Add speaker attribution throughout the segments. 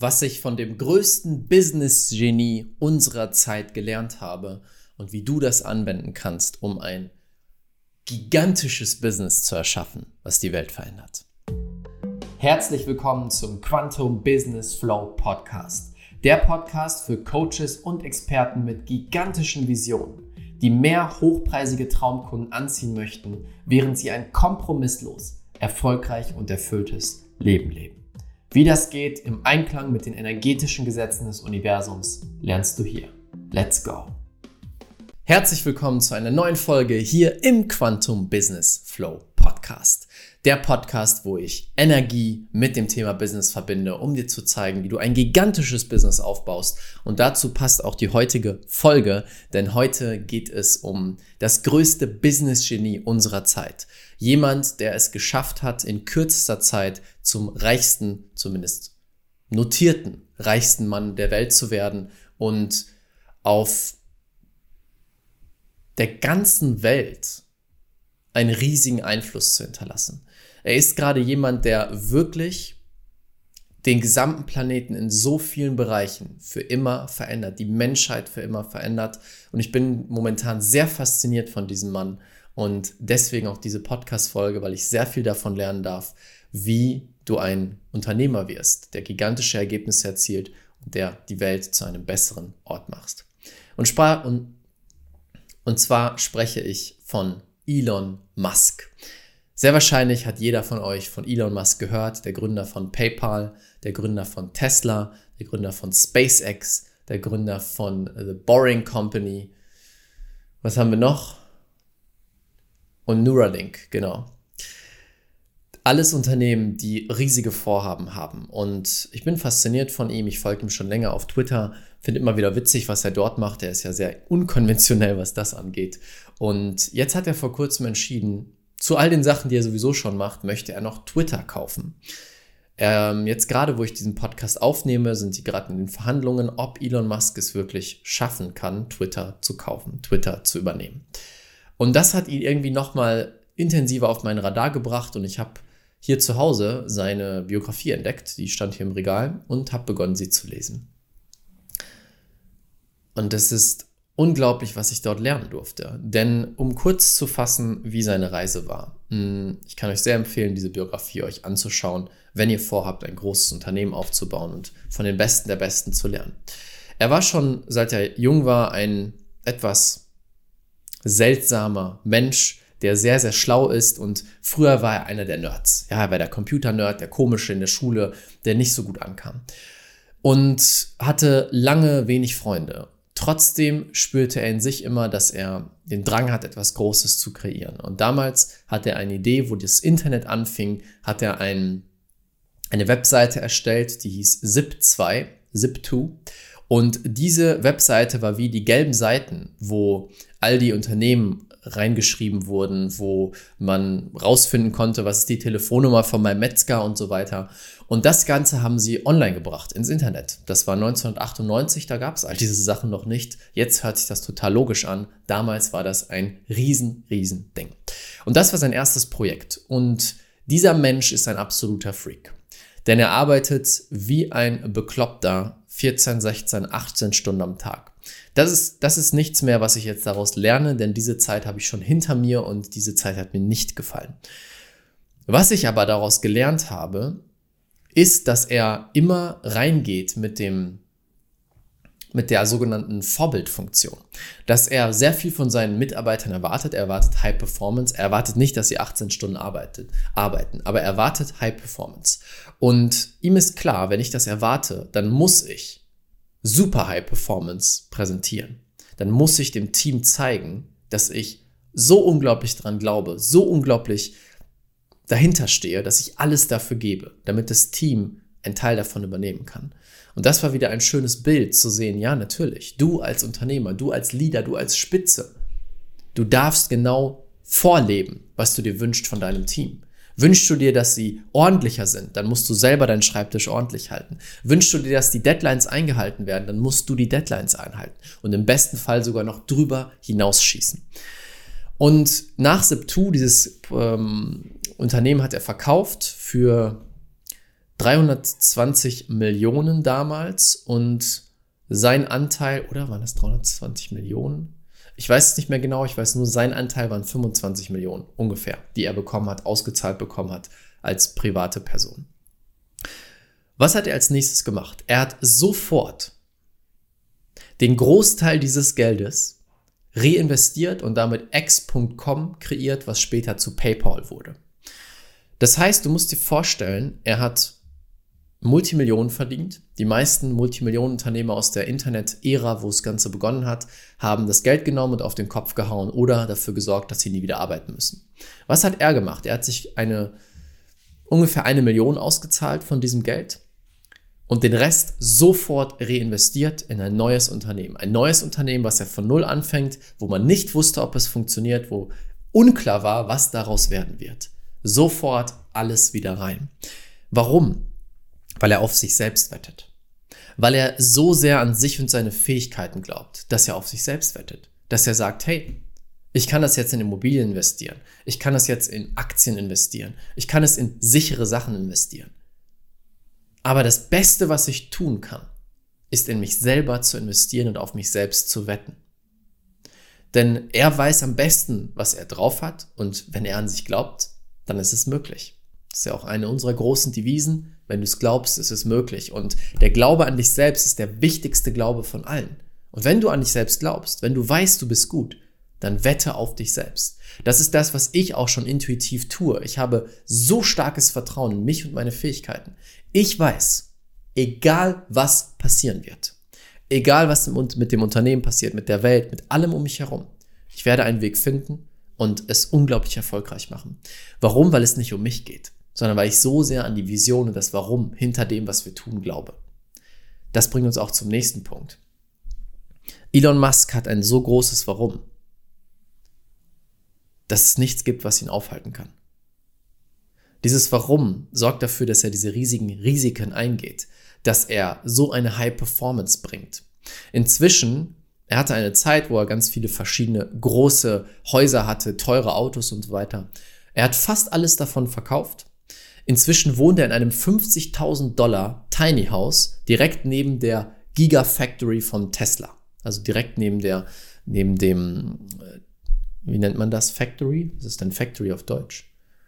Speaker 1: was ich von dem größten Business-Genie unserer Zeit gelernt habe und wie du das anwenden kannst, um ein gigantisches Business zu erschaffen, was die Welt verändert. Herzlich willkommen zum Quantum Business Flow Podcast. Der Podcast für Coaches und Experten mit gigantischen Visionen, die mehr hochpreisige Traumkunden anziehen möchten, während sie ein kompromisslos, erfolgreich und erfülltes Leben leben. Wie das geht im Einklang mit den energetischen Gesetzen des Universums, lernst du hier. Let's go! Herzlich willkommen zu einer neuen Folge hier im Quantum Business Flow Podcast. Der Podcast, wo ich Energie mit dem Thema Business verbinde, um dir zu zeigen, wie du ein gigantisches Business aufbaust. Und dazu passt auch die heutige Folge, denn heute geht es um das größte Business-Genie unserer Zeit. Jemand, der es geschafft hat, in kürzester Zeit zum reichsten, zumindest notierten, reichsten Mann der Welt zu werden und auf der ganzen Welt einen riesigen Einfluss zu hinterlassen. Er ist gerade jemand, der wirklich den gesamten Planeten in so vielen Bereichen für immer verändert, die Menschheit für immer verändert. Und ich bin momentan sehr fasziniert von diesem Mann und deswegen auch diese Podcast-Folge, weil ich sehr viel davon lernen darf, wie du ein Unternehmer wirst, der gigantische Ergebnisse erzielt und der die Welt zu einem besseren Ort macht. Und zwar spreche ich von Elon Musk. Sehr wahrscheinlich hat jeder von euch von Elon Musk gehört, der Gründer von PayPal, der Gründer von Tesla, der Gründer von SpaceX, der Gründer von The Boring Company. Was haben wir noch? Und Neuralink, genau. Alles Unternehmen, die riesige Vorhaben haben. Und ich bin fasziniert von ihm. Ich folge ihm schon länger auf Twitter. Finde immer wieder witzig, was er dort macht. Er ist ja sehr unkonventionell, was das angeht. Und jetzt hat er vor kurzem entschieden, zu all den Sachen, die er sowieso schon macht, möchte er noch Twitter kaufen. Jetzt gerade, wo ich diesen Podcast aufnehme, sind die gerade in den Verhandlungen, ob Elon Musk es wirklich schaffen kann, Twitter zu kaufen, Twitter zu übernehmen. Und das hat ihn irgendwie nochmal intensiver auf mein Radar gebracht und ich habe hier zu Hause seine Biografie entdeckt, die stand hier im Regal und habe begonnen, sie zu lesen. Und es ist unglaublich, was ich dort lernen durfte. Denn um kurz zu fassen, wie seine Reise war. Ich kann euch sehr empfehlen, diese Biografie euch anzuschauen, wenn ihr vorhabt, ein großes Unternehmen aufzubauen und von den Besten der Besten zu lernen. Er war schon, seit er jung war, ein etwas seltsamer Mensch, der sehr, sehr schlau ist und früher war er einer der Nerds. Ja, er war der Computer-Nerd, der Komische in der Schule, der nicht so gut ankam. Und hatte lange wenig Freunde. Trotzdem spürte er in sich immer, dass er den Drang hat, etwas Großes zu kreieren. Und damals hatte er eine Idee, wo das Internet anfing, hat er eine Webseite erstellt, die hieß Zip2. Und diese Webseite war wie die gelben Seiten, wo all die Unternehmen reingeschrieben wurden, wo man rausfinden konnte, was ist die Telefonnummer von meinem Metzger und so weiter. Und das Ganze haben sie online gebracht, ins Internet. Das war 1998, da gab es all diese Sachen noch nicht. Jetzt hört sich das total logisch an. Damals war das ein riesen Ding. Und das war sein erstes Projekt. Und dieser Mensch ist ein absoluter Freak. Denn er arbeitet wie ein Bekloppter 14, 16, 18 Stunden am Tag. Das ist nichts mehr, was ich jetzt daraus lerne, denn diese Zeit habe ich schon hinter mir und diese Zeit hat mir nicht gefallen. Was ich aber daraus gelernt habe, ist, dass er immer reingeht mit der sogenannten Vorbildfunktion. Dass er sehr viel von seinen Mitarbeitern erwartet. Er erwartet High Performance. Er erwartet nicht, dass sie 18 Stunden arbeiten, aber er erwartet High Performance. Und ihm ist klar, wenn ich das erwarte, dann muss ich super High Performance präsentieren. Dann muss ich dem Team zeigen, dass ich so unglaublich dran glaube, so unglaublich dahinter stehe, dass ich alles dafür gebe, damit das Team einen Teil davon übernehmen kann. Und das war wieder ein schönes Bild zu sehen, ja natürlich, du als Unternehmer, du als Leader, du als Spitze, du darfst genau vorleben, was du dir wünschst von deinem Team. Wünschst du dir, dass sie ordentlicher sind, dann musst du selber deinen Schreibtisch ordentlich halten. Wünschst du dir, dass die Deadlines eingehalten werden, dann musst du die Deadlines einhalten und im besten Fall sogar noch drüber hinausschießen. Und nach Zip2, dieses Unternehmen hat er verkauft für 320 Millionen damals und sein Anteil, oder waren das 320 Millionen? Ich weiß es nicht mehr genau, ich weiß nur, sein Anteil waren 25 Millionen ungefähr, die er bekommen hat, ausgezahlt bekommen hat als private Person. Was hat er als nächstes gemacht? Er hat sofort den Großteil dieses Geldes reinvestiert und damit X.com kreiert, was später zu PayPal wurde. Das heißt, du musst dir vorstellen, er hat Multimillionen verdient. Die meisten Multimillionenunternehmer aus der Internet-Ära, wo das Ganze begonnen hat, haben das Geld genommen und auf den Kopf gehauen oder dafür gesorgt, dass sie nie wieder arbeiten müssen. Was hat er gemacht? Er hat sich ungefähr 1 Million ausgezahlt von diesem Geld und den Rest sofort reinvestiert in ein neues Unternehmen. Ein neues Unternehmen, was er von null anfängt, wo man nicht wusste, ob es funktioniert, wo unklar war, was daraus werden wird. Sofort alles wieder rein. Warum? Weil er auf sich selbst wettet. Weil er so sehr an sich und seine Fähigkeiten glaubt, dass er auf sich selbst wettet. Dass er sagt, hey, ich kann das jetzt in Immobilien investieren. Ich kann das jetzt in Aktien investieren. Ich kann es in sichere Sachen investieren. Aber das Beste, was ich tun kann, ist in mich selber zu investieren und auf mich selbst zu wetten. Denn er weiß am besten, was er drauf hat. Und wenn er an sich glaubt, dann ist es möglich. Das ist ja auch eine unserer großen Devisen. Wenn du es glaubst, ist es möglich. Und der Glaube an dich selbst ist der wichtigste Glaube von allen. Und wenn du an dich selbst glaubst, wenn du weißt, du bist gut, dann wette auf dich selbst. Das ist das, was ich auch schon intuitiv tue. Ich habe so starkes Vertrauen in mich und meine Fähigkeiten. Ich weiß, egal was passieren wird, egal was mit dem Unternehmen passiert, mit der Welt, mit allem um mich herum, ich werde einen Weg finden und es unglaublich erfolgreich machen. Warum? Weil es nicht um mich geht, sondern weil ich so sehr an die Vision und das Warum hinter dem, was wir tun, glaube. Das bringt uns auch zum nächsten Punkt. Elon Musk hat ein so großes Warum, dass es nichts gibt, was ihn aufhalten kann. Dieses Warum sorgt dafür, dass er diese riesigen Risiken eingeht, dass er so eine High Performance bringt. Inzwischen, er hatte eine Zeit, wo er ganz viele verschiedene große Häuser hatte, teure Autos und so weiter. Er hat fast alles davon verkauft. Inzwischen wohnt er in einem $50.000 Tiny House direkt neben der Gigafactory von Tesla. Also direkt neben dem, wie nennt man das? Factory? Was ist denn Factory auf Deutsch?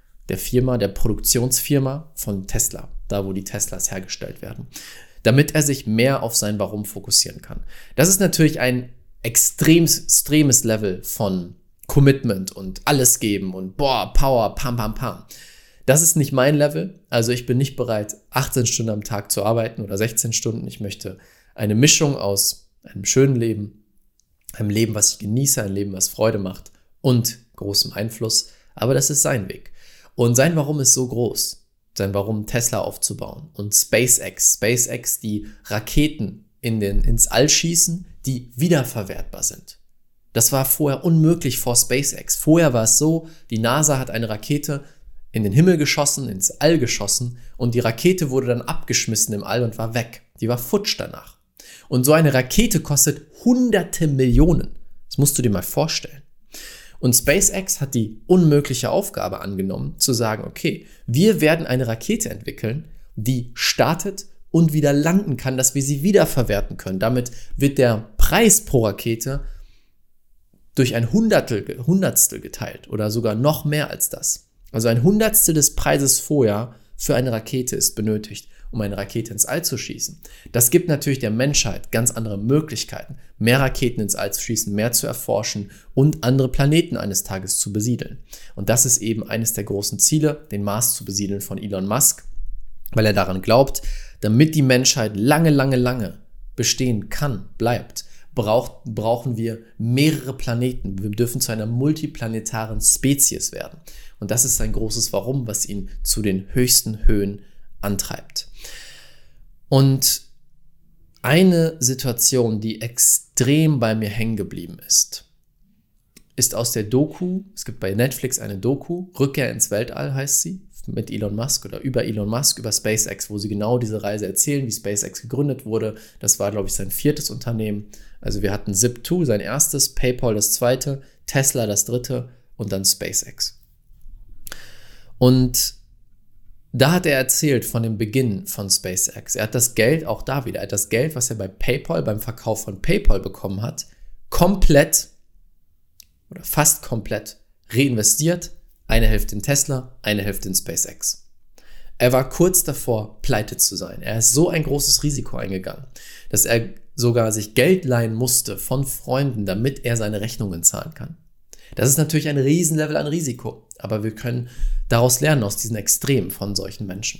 Speaker 1: Der Produktionsfirma von Tesla, da wo die Teslas hergestellt werden, damit er sich mehr auf sein Warum fokussieren kann. Das ist natürlich ein extremes Level von Commitment und alles geben und Power, pam, pam, pam. Das ist nicht mein Level, also ich bin nicht bereit, 18 Stunden am Tag zu arbeiten oder 16 Stunden. Ich möchte eine Mischung aus einem schönen Leben, einem Leben, was ich genieße, ein Leben, was Freude macht und großem Einfluss, aber das ist sein Weg. Und sein Warum ist so groß, sein Warum Tesla aufzubauen und SpaceX, die Raketen ins All schießen, die wiederverwertbar sind. Das war vorher unmöglich vor SpaceX. Vorher war es so, die NASA hat eine Rakete in den Himmel geschossen, ins All geschossen und die Rakete wurde dann abgeschmissen im All und war weg. Die war futsch danach. Und so eine Rakete kostet Hunderte Millionen. Das musst du dir mal vorstellen. Und SpaceX hat die unmögliche Aufgabe angenommen, zu sagen, okay, wir werden eine Rakete entwickeln, die startet und wieder landen kann, dass wir sie wiederverwerten können. Damit wird der Preis pro Rakete durch ein Hundertstel geteilt oder sogar noch mehr als das. Also ein Hundertstel des Preises vorher für eine Rakete ist benötigt, um eine Rakete ins All zu schießen. Das gibt natürlich der Menschheit ganz andere Möglichkeiten, mehr Raketen ins All zu schießen, mehr zu erforschen und andere Planeten eines Tages zu besiedeln. Und das ist eben eines der großen Ziele, den Mars zu besiedeln von Elon Musk, weil er daran glaubt, damit die Menschheit lange bestehen kann, bleibt, brauchen wir mehrere Planeten. Wir dürfen zu einer multiplanetaren Spezies werden. Und das ist sein großes Warum, was ihn zu den höchsten Höhen antreibt. Und eine Situation, die extrem bei mir hängen geblieben ist aus der Doku, es gibt bei Netflix eine Doku, Rückkehr ins Weltall heißt sie, mit Elon Musk oder über Elon Musk, über SpaceX, wo sie genau diese Reise erzählen, wie SpaceX gegründet wurde. Das war, glaube ich, sein 4. Unternehmen. Also wir hatten Zip2, sein erstes, PayPal das 2., Tesla das 3. und dann SpaceX. Und Da hat er erzählt von dem Beginn von SpaceX. Er hat das Geld, auch da wieder, er hat das Geld, was er bei PayPal, beim Verkauf von PayPal bekommen hat, komplett oder fast komplett reinvestiert. Eine Hälfte in Tesla, eine Hälfte in SpaceX. Er war kurz davor, pleite zu sein. Er ist so ein großes Risiko eingegangen, dass er sogar sich Geld leihen musste von Freunden, damit er seine Rechnungen zahlen kann. Das ist natürlich ein Riesenlevel an Risiko, aber wir können daraus lernen, aus diesen Extremen von solchen Menschen.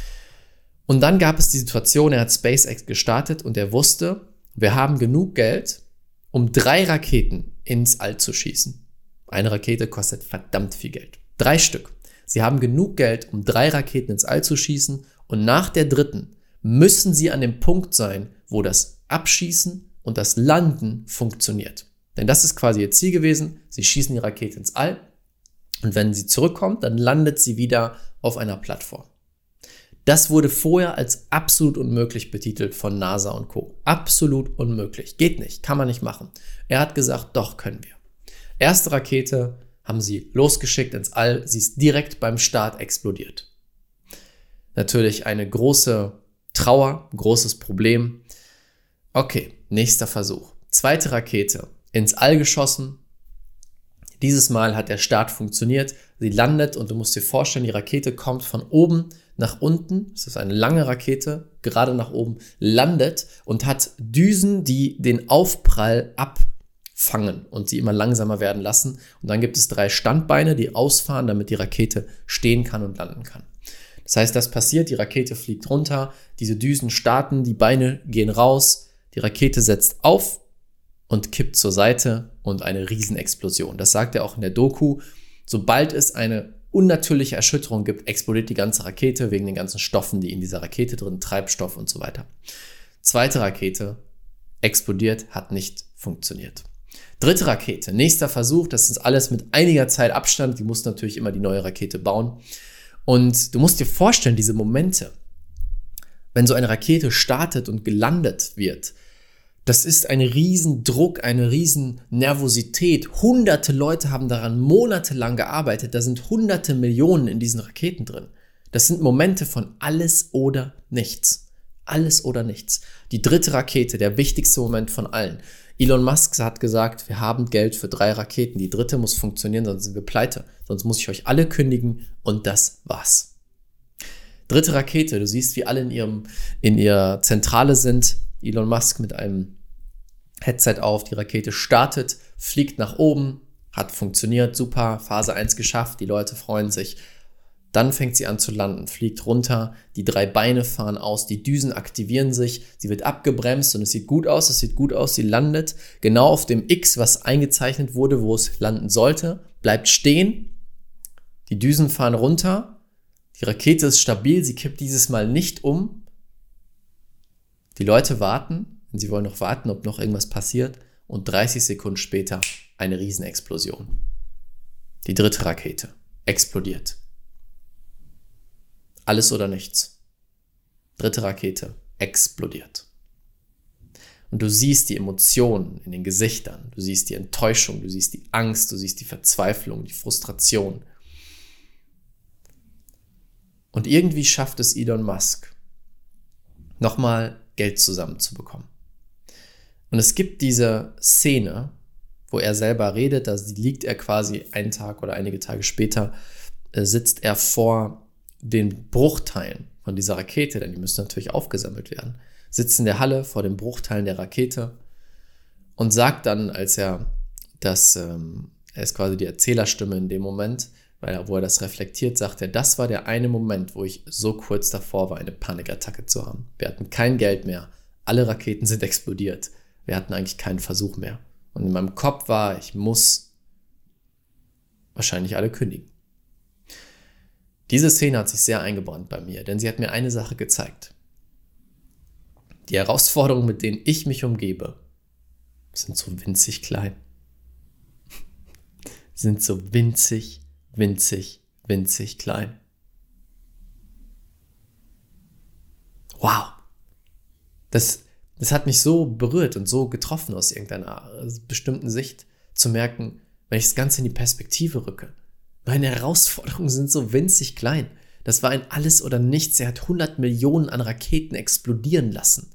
Speaker 1: Und dann gab es die Situation, er hat SpaceX gestartet und er wusste, wir haben genug Geld, um 3 Raketen ins All zu schießen. Eine Rakete kostet verdammt viel Geld. 3 Stück. Sie haben genug Geld, um 3 Raketen ins All zu schießen und nach der 3. müssen sie an dem Punkt sein, wo das Abschießen und das Landen funktioniert. Denn das ist quasi ihr Ziel gewesen. Sie schießen die Rakete ins All und wenn sie zurückkommt, dann landet sie wieder auf einer Plattform. Das wurde vorher als absolut unmöglich betitelt von NASA und Co. Absolut unmöglich. Geht nicht, kann man nicht machen. Er hat gesagt, doch, können wir. Erste Rakete haben sie losgeschickt ins All. Sie ist direkt beim Start explodiert. Natürlich eine große Trauer, großes Problem. Okay, nächster Versuch. Zweite Rakete ins All geschossen. Dieses Mal hat der Start funktioniert. Sie landet und du musst dir vorstellen, die Rakete kommt von oben nach unten. Das ist eine lange Rakete, gerade nach oben, landet und hat Düsen, die den Aufprall abfangen und sie immer langsamer werden lassen. Und dann gibt es 3 Standbeine, die ausfahren, damit die Rakete stehen kann und landen kann. Das heißt, das passiert, die Rakete fliegt runter, diese Düsen starten, die Beine gehen raus, die Rakete setzt auf und kippt zur Seite und eine Riesenexplosion. Das sagt er auch in der Doku. Sobald es eine unnatürliche Erschütterung gibt, explodiert die ganze Rakete wegen den ganzen Stoffen, die in dieser Rakete drin, Treibstoff und so weiter. Zweite Rakete explodiert, hat nicht funktioniert. Dritte Rakete, nächster Versuch, das ist alles mit einiger Zeit Abstand, die muss natürlich immer die neue Rakete bauen. Und du musst dir vorstellen, diese Momente, wenn so eine Rakete startet und gelandet wird, das ist ein Riesendruck, eine Riesennervosität. Hunderte Leute haben daran monatelang gearbeitet. Da sind hunderte Millionen in diesen Raketen drin. Das sind Momente von alles oder nichts. Alles oder nichts. Die dritte Rakete, der wichtigste Moment von allen. Elon Musk hat gesagt, wir haben Geld für 3 Raketen. Die dritte muss funktionieren, sonst sind wir pleite. Sonst muss ich euch alle kündigen und das war's. Dritte Rakete, du siehst, wie alle in ihrer Zentrale sind. Elon Musk mit einem Headset auf, die Rakete startet, fliegt nach oben, hat funktioniert, super, Phase 1 geschafft, die Leute freuen sich. Dann fängt sie an zu landen, fliegt runter, die 3 Beine fahren aus, die Düsen aktivieren sich, sie wird abgebremst und es sieht gut aus, sie landet genau auf dem X, was eingezeichnet wurde, wo es landen sollte, bleibt stehen, die Düsen fahren runter, die Rakete ist stabil, sie kippt dieses Mal nicht um. Die Leute warten, und sie wollen noch warten, ob noch irgendwas passiert. Und 30 Sekunden später eine Riesenexplosion. Die dritte Rakete explodiert. Alles oder nichts. Dritte Rakete explodiert. Und du siehst die Emotionen in den Gesichtern. Du siehst die Enttäuschung, du siehst die Angst, du siehst die Verzweiflung, die Frustration. Und irgendwie schafft es Elon Musk, nochmal Geld zusammenzubekommen. Und es gibt diese Szene, wo er selber redet, da liegt er quasi einen Tag oder einige Tage später, sitzt er vor den Bruchteilen von dieser Rakete, denn die müssen natürlich aufgesammelt werden, sitzt in der Halle vor den Bruchteilen der Rakete und sagt dann, als er ist quasi die Erzählerstimme in dem Moment, wo er das reflektiert, sagt er, das war der eine Moment, wo ich so kurz davor war, eine Panikattacke zu haben. Wir hatten kein Geld mehr, alle Raketen sind explodiert, wir hatten eigentlich keinen Versuch mehr. Und in meinem Kopf war, ich muss wahrscheinlich alle kündigen. Diese Szene hat sich sehr eingebrannt bei mir, denn sie hat mir eine Sache gezeigt. Die Herausforderungen, mit denen ich mich umgebe, sind so winzig klein. Sind so winzig klein. Wow. Das hat mich so berührt und so getroffen aus irgendeiner bestimmten Sicht, zu merken, wenn ich das Ganze in die Perspektive rücke. Meine Herausforderungen sind so winzig klein. Das war ein Alles oder Nichts. Er hat 100 Millionen an Raketen explodieren lassen.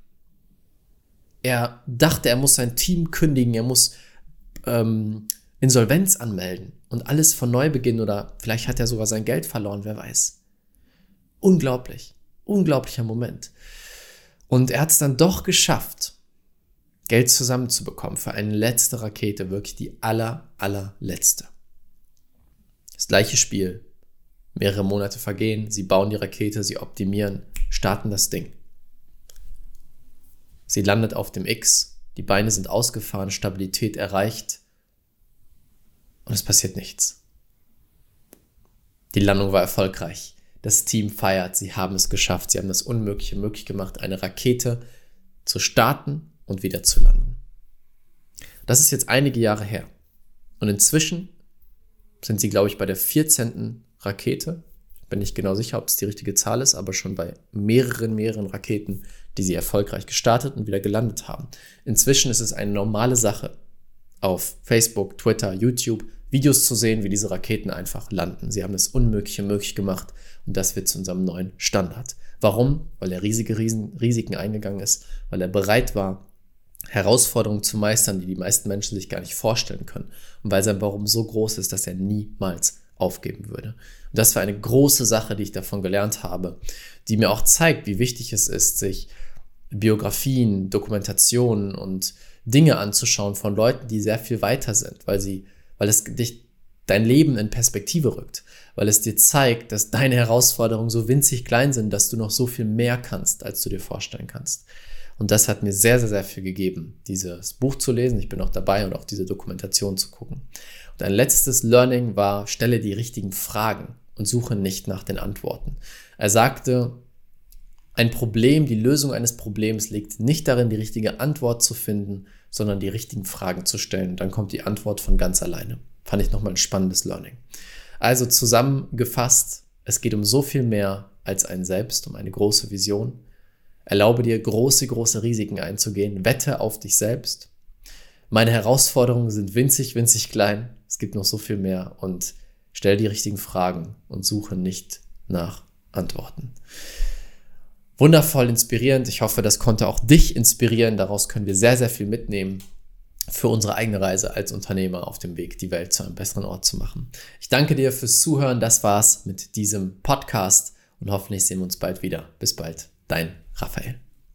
Speaker 1: Er dachte, er muss sein Team kündigen, er muss Insolvenz anmelden und alles von neu beginnen oder vielleicht hat er sogar sein Geld verloren, wer weiß. Unglaublich, unglaublicher Moment. Und er hat es dann doch geschafft, Geld zusammenzubekommen für eine letzte Rakete, wirklich die allerletzte. Das gleiche Spiel. Mehrere Monate vergehen, sie bauen die Rakete, sie optimieren, starten das Ding. Sie landet auf dem X, die Beine sind ausgefahren, Stabilität erreicht und es passiert nichts. Die Landung war erfolgreich. Das Team feiert, sie haben es geschafft, sie haben das Unmögliche möglich gemacht, eine Rakete zu starten und wieder zu landen. Das ist jetzt einige Jahre her. Und inzwischen sind sie, glaube ich, bei der 14. Rakete. Bin nicht genau sicher, ob es die richtige Zahl ist, aber schon bei mehreren Raketen, die sie erfolgreich gestartet und wieder gelandet haben. Inzwischen ist es eine normale Sache, auf Facebook, Twitter, YouTube Videos zu sehen, wie diese Raketen einfach landen. Sie haben das Unmögliche möglich gemacht und das wird zu unserem neuen Standard. Warum? Weil er riesige Risiken eingegangen ist, weil er bereit war, Herausforderungen zu meistern, die die meisten Menschen sich gar nicht vorstellen können und weil sein Warum so groß ist, dass er niemals aufgeben würde. Und das war eine große Sache, die ich davon gelernt habe, die mir auch zeigt, wie wichtig es ist, sich Biografien, Dokumentationen und Dinge anzuschauen von Leuten, die sehr viel weiter sind, weil es dein Leben in Perspektive rückt, weil es dir zeigt, dass deine Herausforderungen so winzig klein sind, dass du noch so viel mehr kannst, als du dir vorstellen kannst. Und das hat mir sehr viel gegeben, dieses Buch zu lesen. Ich bin auch dabei und auch diese Dokumentation zu gucken. Und ein letztes Learning war, stelle die richtigen Fragen und suche nicht nach den Antworten. Er sagte, die Lösung eines Problems liegt nicht darin, die richtige Antwort zu finden, sondern die richtigen Fragen zu stellen. Dann kommt die Antwort von ganz alleine. Fand ich nochmal ein spannendes Learning. Also zusammengefasst, es geht um so viel mehr als ein Selbst, um eine große Vision. Erlaube dir, große Risiken einzugehen. Wette auf dich selbst. Meine Herausforderungen sind winzig klein. Es gibt noch so viel mehr und stell die richtigen Fragen und suche nicht nach Antworten. Wundervoll, inspirierend. Ich hoffe, das konnte auch dich inspirieren. Daraus können wir sehr viel mitnehmen für unsere eigene Reise als Unternehmer auf dem Weg, die Welt zu einem besseren Ort zu machen. Ich danke dir fürs Zuhören. Das war's mit diesem Podcast und hoffentlich sehen wir uns bald wieder. Bis bald, dein Raphael.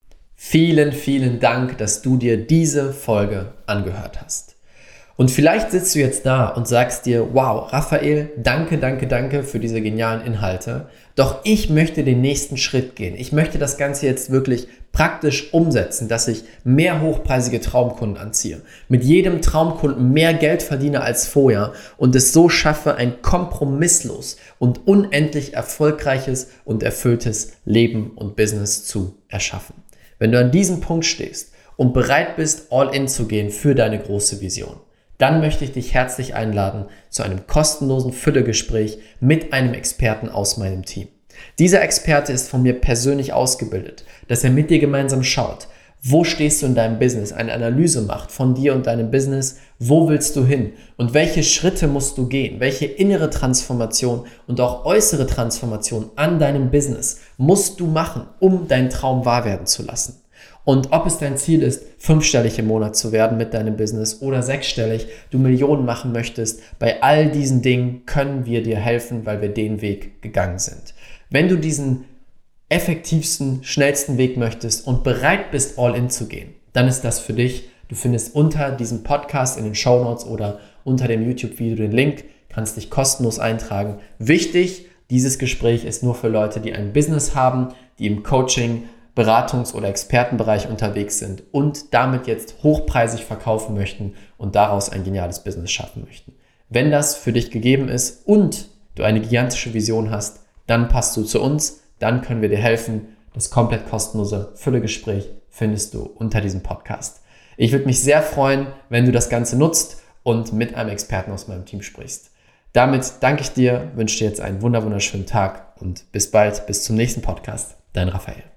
Speaker 1: Vielen Dank, dass du dir diese Folge angehört hast. Und vielleicht sitzt du jetzt da und sagst dir, wow, Raphael, danke für diese genialen Inhalte. Doch ich möchte den nächsten Schritt gehen. Ich möchte das Ganze jetzt wirklich praktisch umsetzen, dass ich mehr hochpreisige Traumkunden anziehe. Mit jedem Traumkunden mehr Geld verdiene als vorher und es so schaffe, ein kompromisslos und unendlich erfolgreiches und erfülltes Leben und Business zu erschaffen. Wenn du an diesem Punkt stehst und bereit bist, all in zu gehen für deine große Vision, dann möchte ich dich herzlich einladen zu einem kostenlosen Füllegespräch mit einem Experten aus meinem Team. Dieser Experte ist von mir persönlich ausgebildet, dass er mit dir gemeinsam schaut, wo stehst du in deinem Business, eine Analyse macht von dir und deinem Business, wo willst du hin und welche Schritte musst du gehen, welche innere Transformation und auch äußere Transformation an deinem Business musst du machen, um deinen Traum wahr werden zu lassen. Und ob es dein Ziel ist, 5-stellig im Monat zu werden mit deinem Business oder 6-stellig, du Millionen machen möchtest, bei all diesen Dingen können wir dir helfen, weil wir den Weg gegangen sind. Wenn du diesen effektivsten, schnellsten Weg möchtest und bereit bist, all in zu gehen, dann ist das für dich. Du findest unter diesem Podcast in den Shownotes oder unter dem YouTube-Video den Link, kannst dich kostenlos eintragen. Wichtig, dieses Gespräch ist nur für Leute, die ein Business haben, die im Coaching, Beratungs- oder Expertenbereich unterwegs sind und damit jetzt hochpreisig verkaufen möchten und daraus ein geniales Business schaffen möchten. Wenn das für dich gegeben ist und du eine gigantische Vision hast, dann passt du zu uns, dann können wir dir helfen. Das komplett kostenlose Füllegespräch findest du unter diesem Podcast. Ich würde mich sehr freuen, wenn du das Ganze nutzt und mit einem Experten aus meinem Team sprichst. Damit danke ich dir, wünsche dir jetzt einen wunderschönen Tag und bis bald, bis zum nächsten Podcast. Dein Raphael.